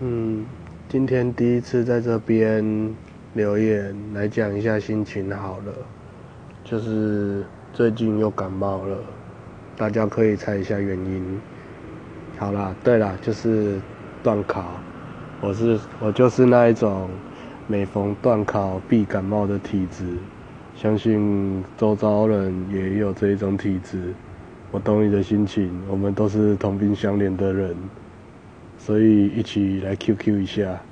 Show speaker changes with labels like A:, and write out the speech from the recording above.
A: 今天第一次在这边留言来讲一下心情好了，就是最近又感冒了，大家可以猜一下原因。好啦，对啦，就是段考，我就是那一种每逢段考必感冒的体质，相信周遭人也有这一种体质，我懂你的心情，我们都是同病相怜的人。所以一起来 QQ 一下。